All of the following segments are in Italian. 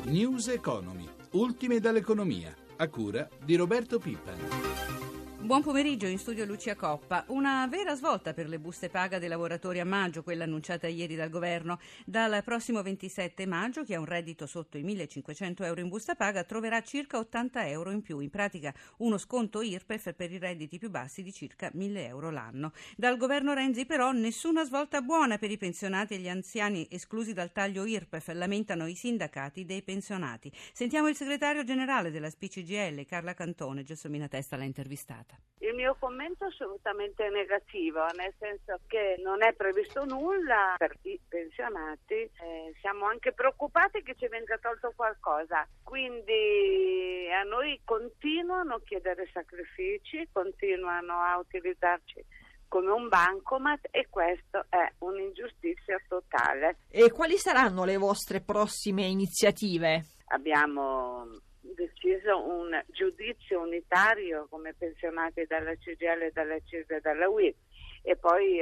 News Economy, ultime dall'economia, a cura di Roberto Pippan. Buon pomeriggio, in studio Lucia Coppa. Una vera svolta per le buste paga dei lavoratori a maggio, quella annunciata ieri dal governo. Dal prossimo 27 maggio chi ha un reddito sotto i 1.500 euro in busta paga troverà circa 80 euro in più, in pratica uno sconto IRPEF per i redditi più bassi di circa 1.000 euro l'anno. Dal governo Renzi però nessuna svolta buona per i pensionati e gli anziani esclusi dal taglio IRPEF, lamentano i sindacati dei pensionati. Sentiamo il segretario generale della SPCGIL, Carla Cantone. Gelsomina Testa l'ha intervistata. Il mio commento è assolutamente negativo, nel senso che non è previsto nulla per i pensionati, siamo anche preoccupati che ci venga tolto qualcosa, quindi a noi continuano a chiedere sacrifici, continuano a utilizzarci come un bancomat e questo è un'ingiustizia totale. E quali saranno le vostre prossime iniziative? Abbiamo deciso un giudizio unitario come pensionati dalla CGIL, dalla CISL e dalla UIL e poi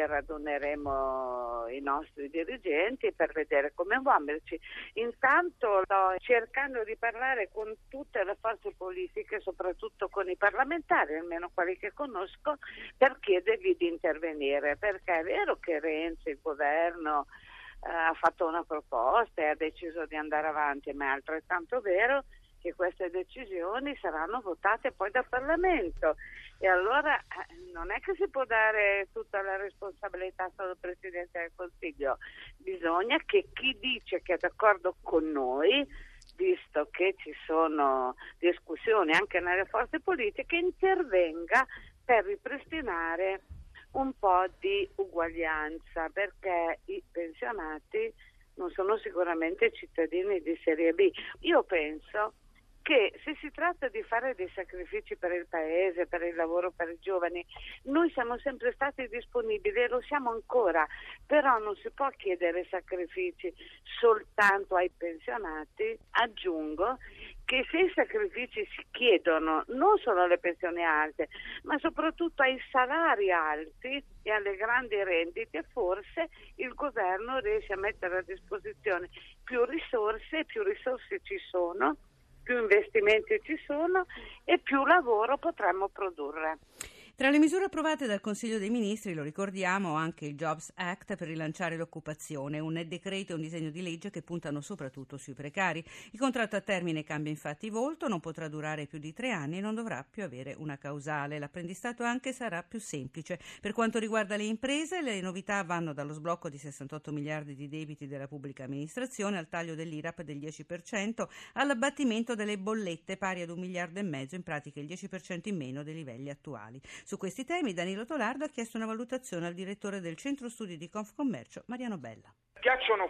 raduneremo i nostri dirigenti per vedere come muoverci. Intanto sto cercando di parlare con tutte le forze politiche, soprattutto con i parlamentari, almeno quelli che conosco, per chiedergli di intervenire, perché è vero che Renzi, il governo, ha fatto una proposta e ha deciso di andare avanti, ma è altrettanto vero che queste decisioni saranno votate poi dal Parlamento e allora non è che si può dare tutta la responsabilità solo al Presidente del Consiglio, bisogna che chi dice che è d'accordo con noi, visto che ci sono discussioni anche nelle forze politiche, intervenga per ripristinare un po' di uguaglianza, perché i pensionati non sono sicuramente cittadini di serie B. Io penso che se si tratta di fare dei sacrifici per il paese, per il lavoro, per i giovani, noi siamo sempre stati disponibili e lo siamo ancora, però non si può chiedere sacrifici soltanto ai pensionati. Aggiungo che se i sacrifici si chiedono non solo alle pensioni alte, ma soprattutto ai salari alti e alle grandi rendite, forse il governo riesce a mettere a disposizione più risorse ci sono, più investimenti ci sono e più lavoro potremmo produrre. Tra le misure approvate dal Consiglio dei Ministri, lo ricordiamo, anche il Jobs Act per rilanciare l'occupazione, un decreto e un disegno di legge che puntano soprattutto sui precari. Il contratto a termine cambia infatti volto, non potrà durare più di 3 anni e non dovrà più avere una causale. L'apprendistato anche sarà più semplice. Per quanto riguarda le imprese, le novità vanno dallo sblocco di 68 miliardi di debiti della pubblica amministrazione al taglio dell'IRAP del 10%, all'abbattimento delle bollette pari ad 1,5 miliardi, in pratica il 10% in meno dei livelli attuali. Su questi temi Danilo Tolardo ha chiesto una valutazione al direttore del Centro Studi di Confcommercio, Mariano Bella. Piacciono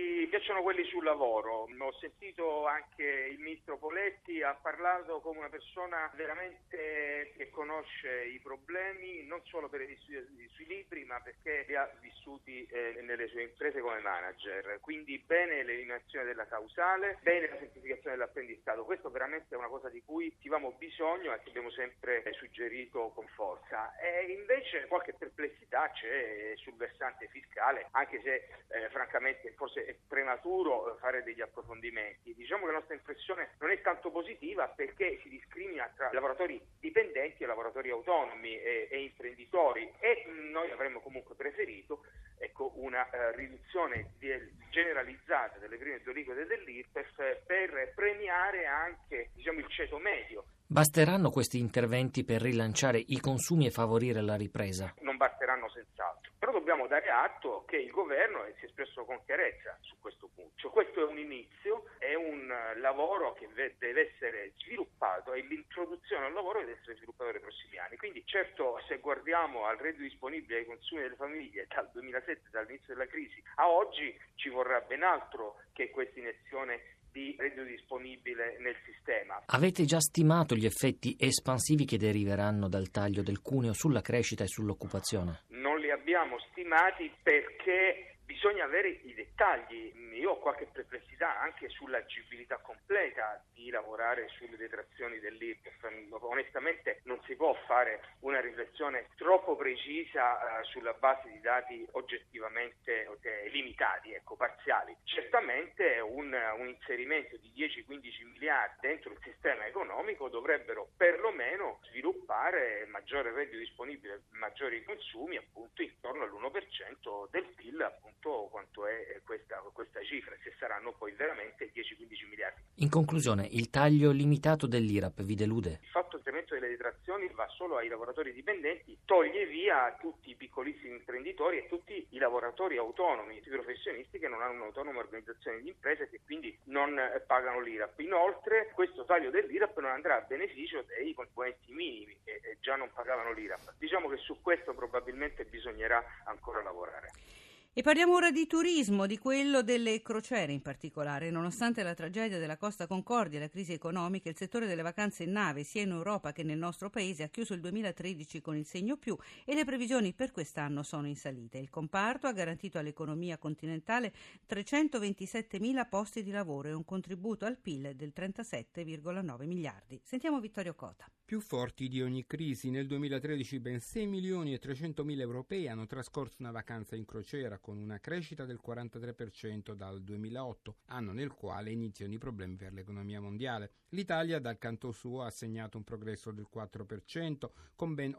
quelli sul lavoro. Ho sentito anche il ministro Poletti, ha parlato come una persona veramente che conosce i problemi, non solo per i studi sui libri, ma perché li ha vissuti nelle sue imprese come manager. Quindi bene l'eliminazione della causale, bene la semplificazione dell'apprendistato. Questo veramente è una cosa di cui avevamo bisogno e che abbiamo sempre suggerito con forza. E invece qualche perplessità c'è sul versante fiscale, anche se francamente forse è prematuro fare degli approfondimenti. Diciamo che la nostra impressione non è tanto positiva perché si discrimina tra lavoratori dipendenti e lavoratori autonomi e imprenditori e noi avremmo comunque preferito una riduzione generalizzata delle prime 2 aliquote dell'IRPEF per premiare anche il ceto medio. Basteranno questi interventi per rilanciare i consumi e favorire la ripresa? Non basteranno senz'altro, però dobbiamo dare atto che il governo si è espresso con chiarezza su questo punto. Questo è un inizio, è un lavoro che deve essere sviluppato e l'introduzione al lavoro deve essere sviluppata nei prossimi anni. Quindi certo, se guardiamo al reddito disponibile ai consumi delle famiglie dal 2007, dall'inizio della crisi a oggi, ci vorrà ben altro che questa iniezione di reddito disponibile nel sistema. Avete già stimato gli effetti espansivi che deriveranno dal taglio del cuneo sulla crescita e sull'occupazione? Non li abbiamo stimati perché bisogna avere i dettagli. Io ho qualche perplessità anche sull'agibilità completa di lavorare sulle detrazioni dell'IRPEF. Onestamente non si può fare una riflessione troppo precisa sulla base di dati oggettivamente limitati, parziali. Certamente un inserimento di 10-15 miliardi dentro il sistema economico dovrebbero perlomeno sviluppare maggiore reddito disponibile, maggiori consumi, appunto intorno all'1% del PIL, appunto quanto è questa cifra, se saranno poi veramente 10-15 miliardi. In conclusione, il taglio limitato dell'IRAP vi delude? Il fatto incremento delle detrazioni va solo ai lavoratori dipendenti, toglie via tutti i piccolissimi imprenditori e tutti i lavoratori autonomi, i professionisti che non hanno un'autonoma organizzazione di imprese e che quindi non pagano l'IRAP. Inoltre questo taglio dell'IRAP non andrà a beneficio dei contribuenti minimi che già non pagavano l'IRAP. Diciamo che su questo probabilmente bisognerà ancora lavorare. E parliamo ora di turismo, di quello delle crociere in particolare. Nonostante la tragedia della Costa Concordia e la crisi economica, il settore delle vacanze in nave, sia in Europa che nel nostro paese, ha chiuso il 2013 con il segno più e le previsioni per quest'anno sono in salita. Il comparto ha garantito all'economia continentale 327.000 posti di lavoro e un contributo al PIL del 37,9 miliardi. Sentiamo Vittorio Cota. Più forti di ogni crisi, nel 2013 ben 6.300.000 europei hanno trascorso una vacanza in crociera, con una crescita del 43% dal 2008, anno nel quale iniziano i problemi per l'economia mondiale. L'Italia, dal canto suo, ha segnato un progresso del 4%, con ben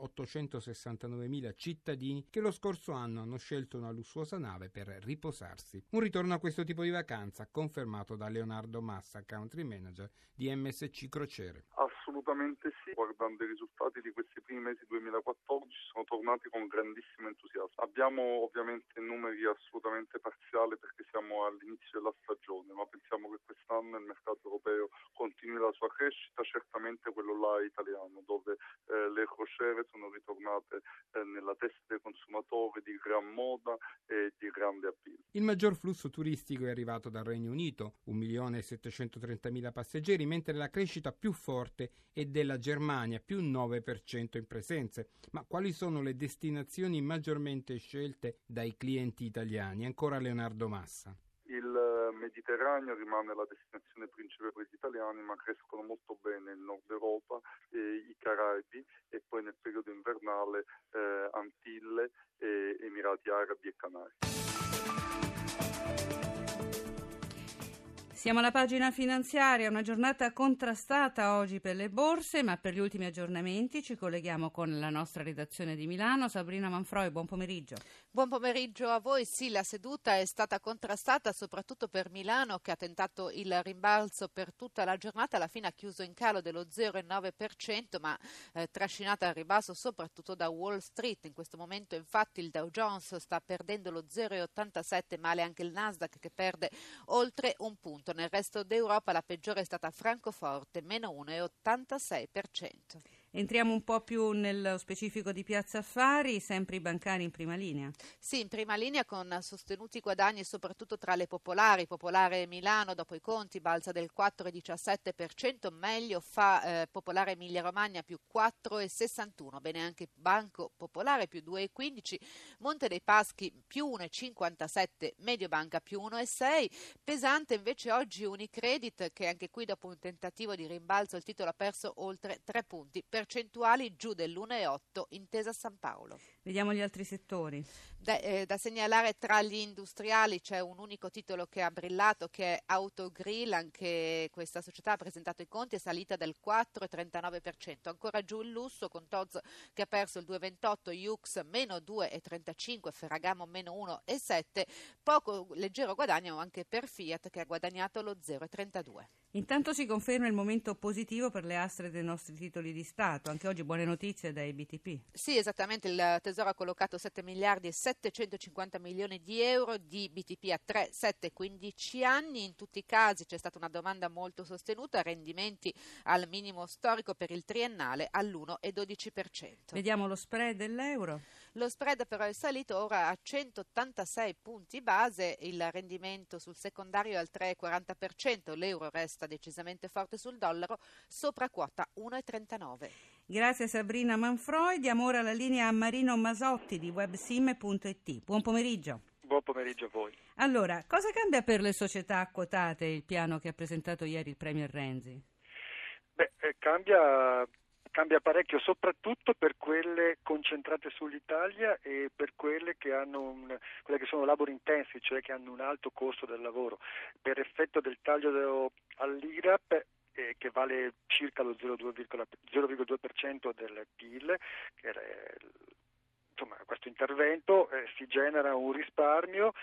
869.000 cittadini che lo scorso anno hanno scelto una lussuosa nave per riposarsi. Un ritorno a questo tipo di vacanza confermato da Leonardo Massa, country manager di MSC Crociere. Assolutamente sì, guardando i risultati di questi primi mesi 2014 sono tornati con grandissimo entusiasmo. Abbiamo ovviamente numeri assolutamente parziali perché siamo all'inizio della stagione, ma pensiamo che quest'anno il mercato europeo continui la sua crescita, certamente quello là italiano, dove le crociere sono ritornate nella testa dei consumatori di gran moda e di grande appeal. Il maggior flusso turistico è arrivato dal Regno Unito, 1.730.000 passeggeri, mentre la crescita più forte è della Germania, più 9% in presenze. Ma quali sono le destinazioni maggiormente scelte dai clienti italiani? Ancora Leonardo Massa. Il Mediterraneo rimane la destinazione principale per gli italiani, ma crescono molto bene il Nord Europa, i Caraibi e poi nel periodo invernale Antille, Emirati Arabi e Canari. Siamo alla pagina finanziaria, una giornata contrastata oggi per le borse, ma per gli ultimi aggiornamenti ci colleghiamo con la nostra redazione di Milano. Sabrina Manfroi, buon pomeriggio. Buon pomeriggio a voi. Sì, la seduta è stata contrastata soprattutto per Milano, che ha tentato il rimbalzo per tutta la giornata, alla fine ha chiuso in calo dello 0,9%, ma trascinata al ribasso soprattutto da Wall Street. In questo momento infatti il Dow Jones sta perdendo lo 0,87%, male anche il Nasdaq che perde oltre un punto. Nel resto d'Europa la peggiore è stata Francoforte, meno 1,86%. Entriamo un po' più nello specifico di Piazza Affari, sempre i bancari in prima linea. Sì, in prima linea con sostenuti guadagni soprattutto tra le popolari. Popolare Milano dopo i conti balza del 4,17%, meglio fa Popolare Emilia Romagna più 4,61%, bene anche Banco Popolare più 2,15%, Monte dei Paschi più 1,57%, Mediobanca più 1,6%, pesante invece oggi Unicredit, che anche qui dopo un tentativo di rimbalzo il titolo ha perso oltre 3 punti percentuali, giù dell'1,8%, Intesa San Paolo. Vediamo gli altri settori. Da segnalare tra gli industriali c'è un unico titolo che ha brillato, che è Autogrill. Anche questa società ha presentato i conti, è salita del 4,39%. Ancora giù il lusso con Tod's che ha perso il 2,28%, Yux meno 2,35%, Ferragamo meno 1,7%. Poco leggero guadagno anche per Fiat che ha guadagnato lo 0,32%. Intanto si conferma il momento positivo per le astre dei nostri titoli di Stato. Anche oggi buone notizie dai BTP. Sì, esattamente, il Tesoro ha collocato 7 miliardi e 750 milioni di euro di BTP a 3, 7 e 15 anni. In tutti i casi c'è stata una domanda molto sostenuta, rendimenti al minimo storico per il triennale all'1,12%. Vediamo lo spread dell'euro. Lo spread però è salito ora a 186 punti base, il rendimento sul secondario è al 3,40%, l'euro resta decisamente forte sul dollaro, sopra quota 1,39. Grazie Sabrina Manfroi, diamo ora la linea a Marino Masotti di websim.it. Buon pomeriggio. buon pomeriggio a voi. Allora, cosa cambia per le società quotate il piano che ha presentato ieri il Premier Renzi? Cambia parecchio, soprattutto per quelle concentrate sull'Italia e per quelle che hanno quelle che sono labor intensive, cioè che hanno un alto costo del lavoro. Per effetto del taglio all'IRAP, che vale circa lo 0,2% del PIL, questo intervento si genera un risparmio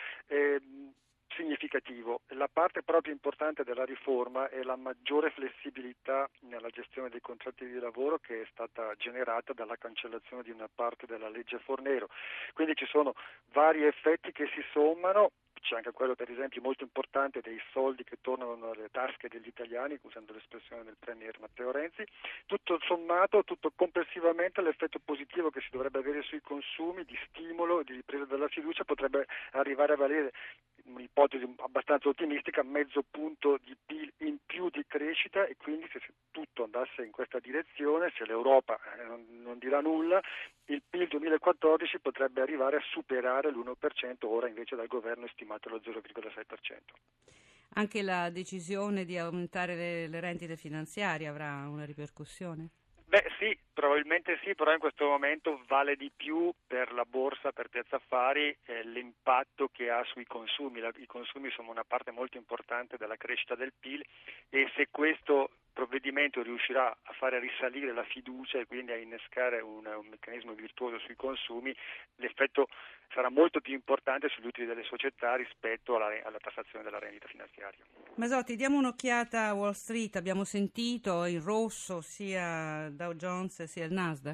significativo. La parte proprio importante della riforma è la maggiore flessibilità nella gestione dei contratti di lavoro, che è stata generata dalla cancellazione di una parte della legge Fornero. Quindi ci sono vari effetti che si sommano. C'è anche quello, per esempio, molto importante dei soldi che tornano alle tasche degli italiani, usando l'espressione del Premier Matteo Renzi. Tutto sommato, tutto complessivamente, l'effetto positivo che si dovrebbe avere sui consumi, di stimolo, di ripresa della fiducia, potrebbe arrivare a valere, un'ipotesi abbastanza ottimistica, mezzo punto di PIL in più di crescita, e quindi se tutto andasse in questa direzione, se l'Europa non dirà nulla, il PIL 2014 potrebbe arrivare a superare l'1%, ora invece dal governo è stimato lo 0,6%. Anche la decisione di aumentare le rendite finanziarie avrà una ripercussione? Sì, probabilmente sì, però in questo momento vale di più per la borsa, per Piazza Affari, l'impatto che ha sui consumi. I consumi sono una parte molto importante della crescita del PIL, e se questo provvedimento riuscirà a fare risalire la fiducia e quindi a innescare un meccanismo virtuoso sui consumi, l'effetto sarà molto più importante sugli utili delle società rispetto alla tassazione della rendita finanziaria. Masotti, diamo un'occhiata a Wall Street. Abbiamo sentito in rosso sia Dow Jones sia il Nasdaq.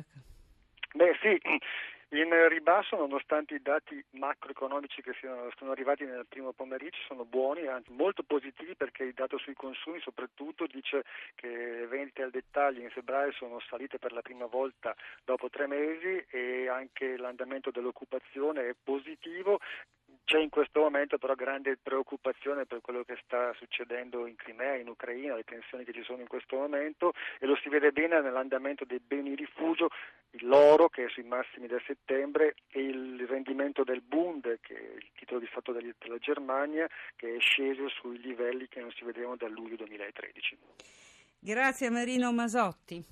Sì, in ribasso, nonostante i dati macroeconomici che sono arrivati nel primo pomeriggio sono buoni, anzi molto positivi, perché il dato sui consumi soprattutto dice che le vendite al dettaglio in febbraio sono salite per la prima volta dopo 3 mesi, e anche l'andamento dell'occupazione è positivo. C'è in questo momento però grande preoccupazione per quello che sta succedendo in Crimea, in Ucraina, le tensioni che ci sono in questo momento, e lo si vede bene nell'andamento dei beni rifugio, l'oro che è sui massimi del settembre, e il rendimento del Bund, che è il titolo di Stato della Germania, che è sceso sui livelli che non si vedevano dal luglio 2013. Grazie a Marino Masotti.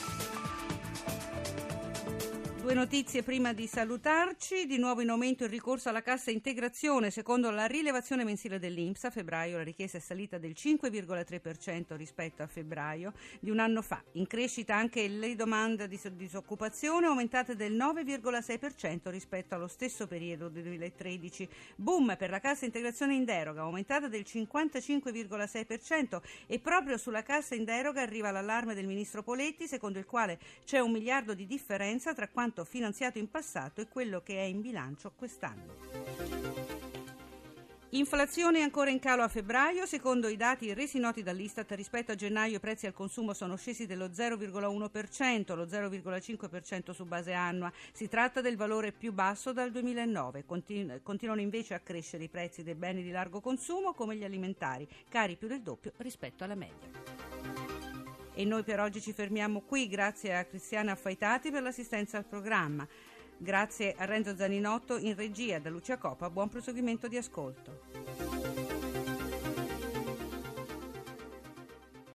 2 notizie prima di salutarci. Di nuovo in aumento il ricorso alla cassa integrazione. Secondo la rilevazione mensile dell'INPS, a febbraio la richiesta è salita del 5,3% rispetto a febbraio di un anno fa. In crescita anche le domande di disoccupazione, aumentate del 9,6% rispetto allo stesso periodo del 2013. Boom per la cassa integrazione in deroga, aumentata del 55,6%, e proprio sulla cassa in deroga arriva l'allarme del ministro Poletti, secondo il quale c'è 1 miliardo di differenza tra quanto finanziato in passato e quello che è in bilancio quest'anno. Inflazione ancora in calo a febbraio. Secondo i dati resi noti dall'Istat, rispetto a gennaio i prezzi al consumo sono scesi dello 0,1%, lo 0,5% su base annua. Si tratta del valore più basso dal 2009. Continuano invece a crescere i prezzi dei beni di largo consumo, come gli alimentari, cari più del doppio rispetto alla media. E noi per oggi ci fermiamo qui, grazie a Cristiana Affaitati per l'assistenza al programma. Grazie a Renzo Zaninotto in regia, da Lucia Copa, buon proseguimento di ascolto.